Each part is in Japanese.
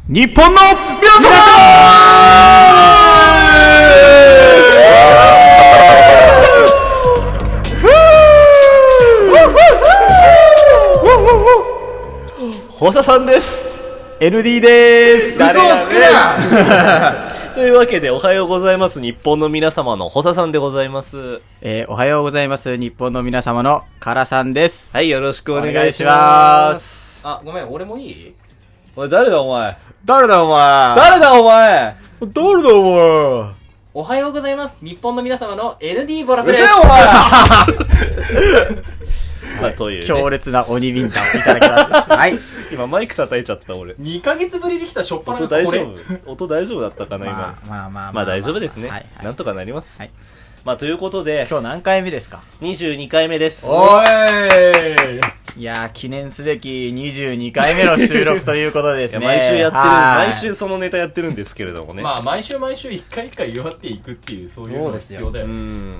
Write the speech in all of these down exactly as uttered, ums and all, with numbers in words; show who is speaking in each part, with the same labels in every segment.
Speaker 1: 日本の皆様
Speaker 2: ホサさんです。
Speaker 1: エルディー です。
Speaker 2: 嘘をつくなというわけでおはようございます。日本の皆様のホサさんでございます。
Speaker 1: えー、おはようございます。日本の皆様のカラさんです。
Speaker 2: はい、よろしくお願いし
Speaker 1: お
Speaker 2: ます。
Speaker 3: あ、ごめん、俺もいい？
Speaker 2: おい、誰だお前。
Speaker 1: 誰だお前。
Speaker 2: 誰だお前。
Speaker 1: 誰だお前。
Speaker 3: おはようございます。日本の皆様の エルディー ボラフです。
Speaker 2: うせえお前まあ、という、ね、
Speaker 1: 強烈な鬼ビンタをいただきましたはい。
Speaker 2: 今マイク叩いちゃった俺。
Speaker 3: にかげつぶりに来たしょっぱな
Speaker 2: 音大丈夫音大丈夫だったかな今。
Speaker 1: まあまあまあまあ、
Speaker 2: まあ大丈夫ですね、
Speaker 1: はいはい、
Speaker 2: なんとかなります、
Speaker 1: はい。
Speaker 2: まあということで
Speaker 1: 今日何回目ですか？
Speaker 2: にじゅうにかいめです。
Speaker 1: おーいいやー、記念すべきにじゅうにかいめの収録ということですね。
Speaker 2: 毎週やってる、毎週そのネタやってるんですけれどもね。
Speaker 3: まあ毎週毎週いっかいいっかい祝っていくっていう、そういうのが必要だよ。
Speaker 2: うん、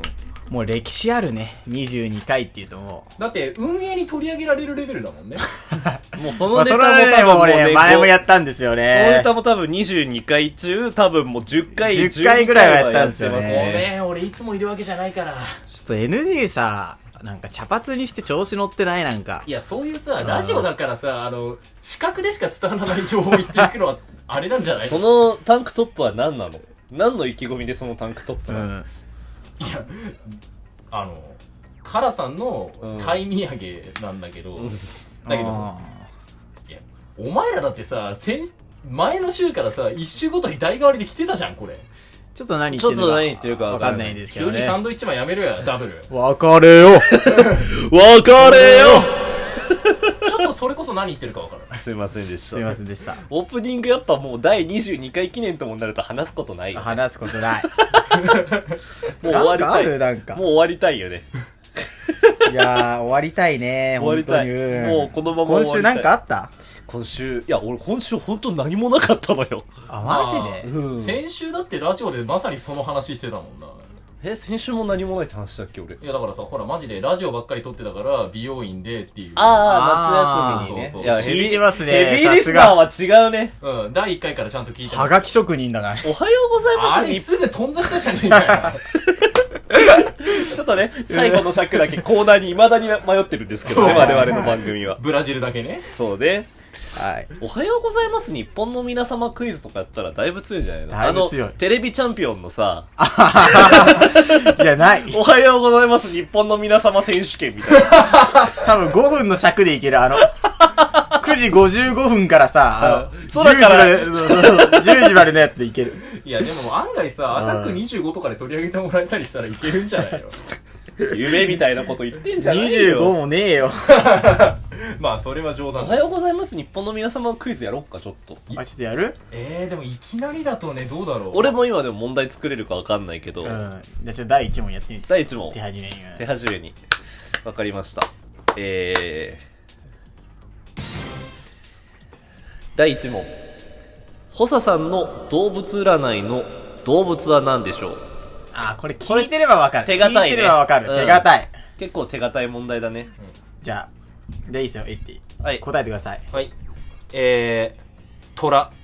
Speaker 1: もう歴史あるね、にじゅうにかいっていうともう。
Speaker 3: だって運営に取り上げられるレベルだもんね。
Speaker 2: もうそのネタも多分もうね、
Speaker 1: ね、前もやったんですよね。
Speaker 2: そのネタも多分にじゅうにかい中、多分もうじゅっかい、
Speaker 1: じゅっかいぐらいはやったんですよね。
Speaker 3: もうね、俺いつもいるわけじゃないから。
Speaker 1: ちょっと エヌディー さ、なんか茶髪にして調子乗ってないなんか。
Speaker 3: いや、そういうさ、ラジオだからさ、あの、視覚でしか伝わらない情報を言っていくのは、あれなんじゃない？
Speaker 2: そのタンクトップは何なの？何の意気込みでそのタンクトップなの？うん、
Speaker 3: いや、あの、カラさんのタイ土産なんだけど、うん、だけど、いや、お前らだってさ、先、前の週からさ、一週ごとに代替わりで来てたじゃん、これ。
Speaker 1: ちょっと何言ってるか。ちょっと
Speaker 2: 何言ってるか
Speaker 1: わかんないんですけどね。
Speaker 3: 急にサンドイッチマンやめろや、ダブル。
Speaker 1: 別れよ
Speaker 2: 別れよ
Speaker 3: ちょっとそれこそ何言ってるかわからない。
Speaker 2: すいませんでした。
Speaker 1: すいませんでした。
Speaker 2: オープニングやっぱもうだいにじゅうにかい記念ともなると話すことないよ、ね。
Speaker 1: 話すことない。
Speaker 2: もう終わりたい。
Speaker 1: なんかあるなんか。
Speaker 2: もう終わりたいよね。
Speaker 1: いやー、終わりたいね。
Speaker 2: 終わりたい。もうこのまま終わりたい。
Speaker 1: 今週なんかあった？
Speaker 2: 今週、いや、俺今週本当何もなかったのよ。
Speaker 1: あ、マジで、
Speaker 3: うん、先週だってラジオでまさにその話してたもんな。
Speaker 2: え、先週も何もないって話だっけ俺。
Speaker 3: いやだからさ、ほらマジでラジオばっかり撮ってたから美容院でっていう。
Speaker 2: ああ、夏休みにね。
Speaker 3: そうそう。
Speaker 2: いや、
Speaker 1: 聞いてますね。
Speaker 2: ヘビーリスナーは違うね。
Speaker 3: うん、だいいっかいからちゃんと聞いて
Speaker 1: はがき職人だからね。
Speaker 2: おはようございます。
Speaker 3: あれすぐ飛んだ人じゃねえかよ。
Speaker 2: ちょっとね、最後の尺だけコーナーに未だに迷ってるんですけどね、我々の番組は。
Speaker 3: ブラジルだけね。
Speaker 2: そうね。
Speaker 1: はい。
Speaker 2: おはようございます日本の皆様クイズとかやったらだいぶ強いんじゃないの？
Speaker 1: だいぶ強い。
Speaker 2: あの、テレビチャンピオンのさ、
Speaker 1: いや、ない。
Speaker 2: おはようございます日本の皆様選手権みたいな。
Speaker 1: 多分ごふんの尺でいける、あの、くじごじゅうごふんからさ、あの、
Speaker 2: 空から
Speaker 1: じゅうじまでのやつでいける。
Speaker 3: いや、でも案外さ、アタックにじゅうごとかで取り上げてもらえたりしたらいけるんじゃないよ。
Speaker 2: 夢みたいなこと言ってんじゃないよ。
Speaker 1: にじゅうごもねえよ。
Speaker 3: まあそれは冗談。
Speaker 2: おはようございます日本の皆様クイズやろっかちょっと。
Speaker 1: あ、ちょっとやる？
Speaker 3: えー、でもいきなりだとね、どうだろう。
Speaker 2: 俺も今でも問題作れるかわかんないけど。
Speaker 1: うん。じゃあちょっとだいいち問やってみて。
Speaker 2: だいいち問。
Speaker 1: 手始めに。
Speaker 2: 手始めに。わかりました。えー。だいいち問。ホサさんの動物占いの動物は何でしょう？
Speaker 1: あー、これ聞いてればわかる。
Speaker 2: 手堅いね。
Speaker 1: 聞いてればわかる。
Speaker 2: うん、
Speaker 1: 手堅い。
Speaker 2: 結構手堅い問題だね。うん、
Speaker 1: じゃあ、でいいっすよ、エッティ。
Speaker 2: はい。
Speaker 1: 答えてください。
Speaker 3: はい。えー、トラ。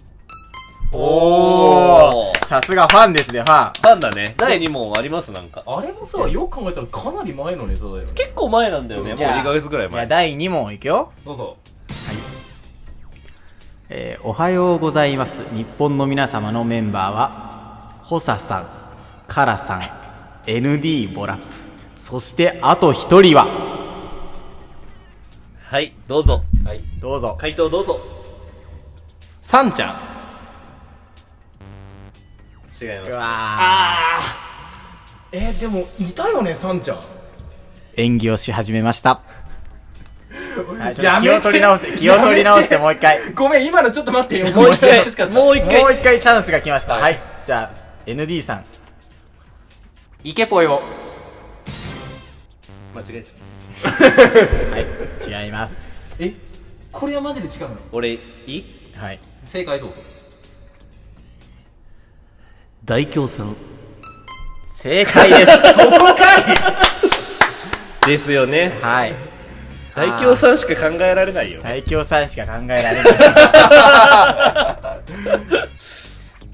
Speaker 1: おー。さすがファンですね、ファン。
Speaker 2: ファンだね。だいに問ありますなんか。
Speaker 3: あれもさ、よく考えたらかなり前のネタだよね。
Speaker 2: 結構前なんだよね。もうにかげつくらい前。
Speaker 1: じゃあだいに問いくよ。
Speaker 3: どうぞ。
Speaker 1: はい。えー、おはようございます。日本の皆様のメンバーは、ホサさん、カラさん、エヌディー ボラップ、そしてあと一人は。
Speaker 2: はい、どうぞ。
Speaker 3: はい、
Speaker 1: どうぞ。
Speaker 2: 回答どうぞ。
Speaker 3: サンちゃん。
Speaker 2: 違います。
Speaker 1: うわー。
Speaker 3: あー。えー、でも、いたよね、サンちゃん。
Speaker 1: 演技をし始めました。はい、ちょっ
Speaker 3: やめて
Speaker 1: と気を取り直して、気を取り直してもう一回。
Speaker 3: ごめん、今のちょっと待ってよ。
Speaker 2: もう一回、もう一回。
Speaker 1: もう一回チャンスが来ました。はい。じゃあ、エヌディー さん。
Speaker 3: イケポヨ。
Speaker 2: 間違えちゃっ
Speaker 1: はい、違います。
Speaker 3: え、これはマジで違うの？
Speaker 2: 俺、いい？
Speaker 1: はい。
Speaker 3: 正解どうぞ。
Speaker 2: 大京さん。
Speaker 1: 正解です。
Speaker 3: そこかい
Speaker 2: ですよね。
Speaker 1: はい。
Speaker 2: 大京さんしか考えられないよ。
Speaker 1: 大京さんしか考えられない。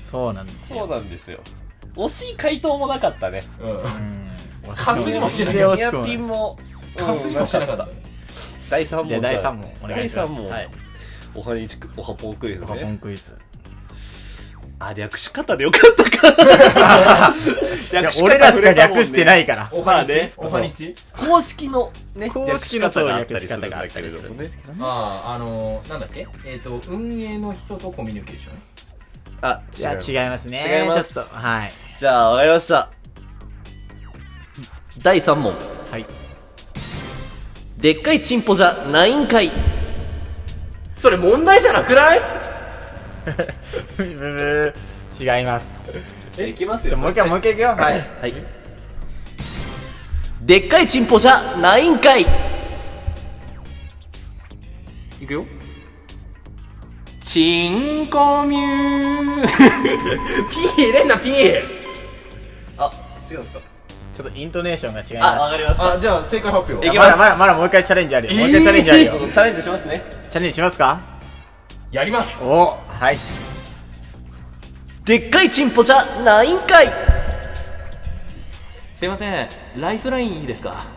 Speaker 1: そうなんですよ。
Speaker 2: そうなんですよ。惜しい回答もなかったね。
Speaker 3: うん
Speaker 1: うん。
Speaker 3: 数にもしない
Speaker 1: 全然惜
Speaker 2: ニア
Speaker 1: しくもない。
Speaker 2: ピンも、
Speaker 3: 数にもしなかった。
Speaker 2: だいさん問。
Speaker 1: じゃあだいさん問お願いします。
Speaker 2: だいさん問。
Speaker 1: はい。
Speaker 2: おはにちく、おはぽんクイズ
Speaker 1: オハポン
Speaker 2: ね。
Speaker 1: クイズ。
Speaker 2: あ、略し方でよかったか。
Speaker 1: いや俺らしか略してないから。
Speaker 3: おはにち
Speaker 2: まあね
Speaker 3: おはにち
Speaker 2: 公式のね、
Speaker 1: 公式のそう
Speaker 2: があっ
Speaker 1: 略し
Speaker 2: たりするんだ
Speaker 1: 方があったり
Speaker 2: けれどもね
Speaker 1: するんです。けどね。
Speaker 3: ああ、あのー、なんだっけえっと、運営の人とコミュニケーション。
Speaker 2: あ、
Speaker 1: いや、違いますね。
Speaker 2: 違います
Speaker 1: ちょっと、はい。
Speaker 2: じゃあ、わかりました。だいさん問。
Speaker 1: はい。
Speaker 2: でっかいチンポじゃないんかい。
Speaker 3: それ問題じゃなくない？
Speaker 1: ブブブー違います。
Speaker 2: じゃあ、いきますよ。
Speaker 1: じゃあもう一回、もう一回いくよ。はい。
Speaker 2: はい。でっかいチンポじゃないんかい。
Speaker 3: いくよ。チンコミュー。ピー入れんな、ピー。
Speaker 2: あ、違うんですか。
Speaker 1: ちょっとイントネーションが違い
Speaker 2: あ、わ
Speaker 1: ます。
Speaker 2: かりました。
Speaker 3: あ、じゃあ正解発表。
Speaker 2: いきます
Speaker 1: まだまだまだもう一回チャレンジあるよ。もう一回チャレンジあるよ。
Speaker 2: ちょっとチャレンジしますね。
Speaker 1: チャレンジしますか？
Speaker 3: やります。
Speaker 1: おはい。
Speaker 2: でっかいチンポじゃないんかい。
Speaker 3: すいません、ライフラインいいですか？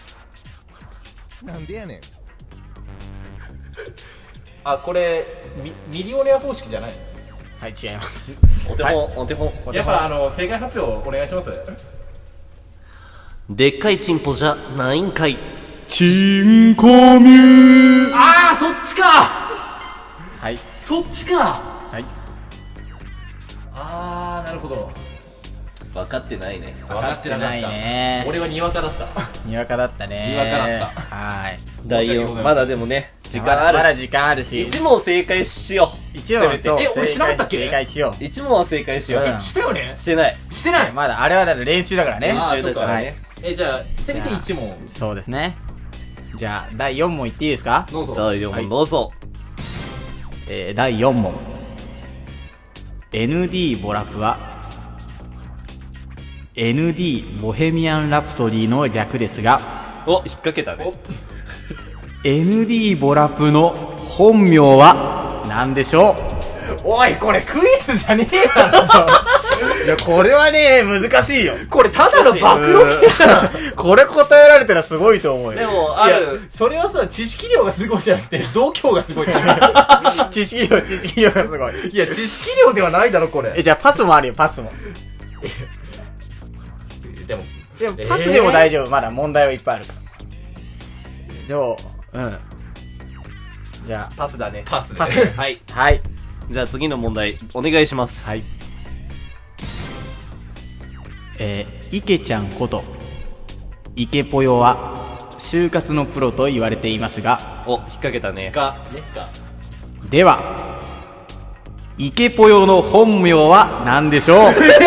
Speaker 4: なんでやねん。
Speaker 3: あ、これミミリオネア方式じゃない
Speaker 1: はい、違います。
Speaker 2: お手本、お手本。
Speaker 1: お手
Speaker 3: やっぱあ
Speaker 1: 本。
Speaker 3: の正解発表お願いします。
Speaker 2: でっかいチンポじゃないんかい。
Speaker 1: チンコミュー。
Speaker 3: ああ、そっちか。
Speaker 1: はい。
Speaker 3: そっちか。
Speaker 1: はい。
Speaker 3: ああ、なるほど。
Speaker 2: 分かってないね。
Speaker 3: 分かってなかった。
Speaker 1: ないね。
Speaker 3: 俺はにわかだった。
Speaker 1: にわかだったね。
Speaker 3: にわかだった
Speaker 1: はい。
Speaker 2: だいよん、
Speaker 3: 申し訳ございません
Speaker 2: まだでもね、時間あるし。
Speaker 1: まだ時間あるし。
Speaker 2: いち問正解しよ
Speaker 1: 一応、そう。
Speaker 3: え俺知らなかったっけ
Speaker 1: 正解しよ
Speaker 2: う。いち問は正解しよう。
Speaker 1: うん
Speaker 3: したよね？
Speaker 2: してない。
Speaker 3: してない。
Speaker 1: まだ、あれはだって練習だからね。
Speaker 2: 練習だから
Speaker 1: はい
Speaker 2: ね。
Speaker 3: え、じゃあせめていち問
Speaker 1: そうですね。じゃあ、だいよん問いっていいですか？
Speaker 3: どうぞ。
Speaker 2: だいよん問どうぞ。
Speaker 1: えー、だいよん問。エヌディー ボラプは、エヌディー ボヘミアン・ラプソディの略ですが、
Speaker 2: お、引っ掛けたね。
Speaker 1: エヌディー ボラプの本名は何でしょう？
Speaker 3: おい、これクイズじゃねえよ。
Speaker 1: いや、これはね、難しいよ。
Speaker 3: これただの暴露系じゃん。
Speaker 1: これ答えられたらすごいと思うよ。
Speaker 2: でも、あ
Speaker 3: いや
Speaker 2: る。
Speaker 3: それはさ、知識量がすごいじゃなくて度胸がすごいから
Speaker 1: 知識量、知識量がすごい。
Speaker 3: いや、知識量ではないだろこれ。
Speaker 1: え、じゃあパスもあるよ、パスも。
Speaker 3: でも
Speaker 1: でも、パスでも大丈夫。まだ問題はいっぱいあるから。でも、うん。じゃ
Speaker 2: パスだね。
Speaker 3: パスで
Speaker 1: パス
Speaker 2: はい。
Speaker 1: あ、はい。
Speaker 2: じゃあ次の問題、お願いします。
Speaker 1: はい。えー、池ちゃんこと、池ぽよは、就活のプロと言われていますが、
Speaker 2: お、引っ掛けたね。
Speaker 3: がねが
Speaker 1: では、池ぽよの本名は何でしょう？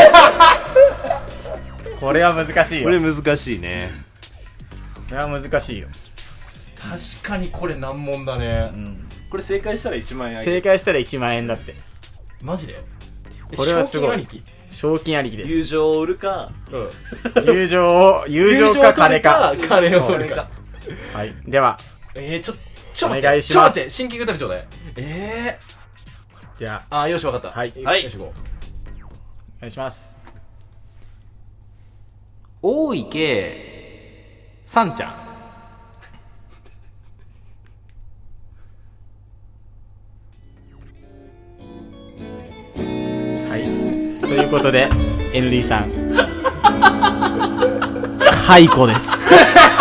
Speaker 1: これは難しいよ。
Speaker 2: これ難しいね。
Speaker 1: これは難しいよ。
Speaker 3: 確かにこれ難問だね。
Speaker 1: うん。
Speaker 2: これ正解したらいちまん円あげる。
Speaker 1: 正解したらいちまん円だって。
Speaker 3: マジで？え
Speaker 1: これはすごい
Speaker 3: 賞金ありき。
Speaker 1: 賞金ありきです。
Speaker 2: 友情を売るか、
Speaker 3: うん。
Speaker 1: 友情を、友情か金か。
Speaker 3: 金を取るか。
Speaker 1: はい。では、
Speaker 3: えー、ちょ、ちょ、待って
Speaker 1: お願いします
Speaker 3: ちょっと待って、シンキングタイムちょうだい。え
Speaker 1: じゃあ、
Speaker 3: ー。あー、よし、わかった。
Speaker 1: はい
Speaker 2: はい
Speaker 3: よし、行こ
Speaker 1: お願いします。
Speaker 3: 大池さんちゃん。
Speaker 1: はい。ということで、エヌディーさん、解雇です。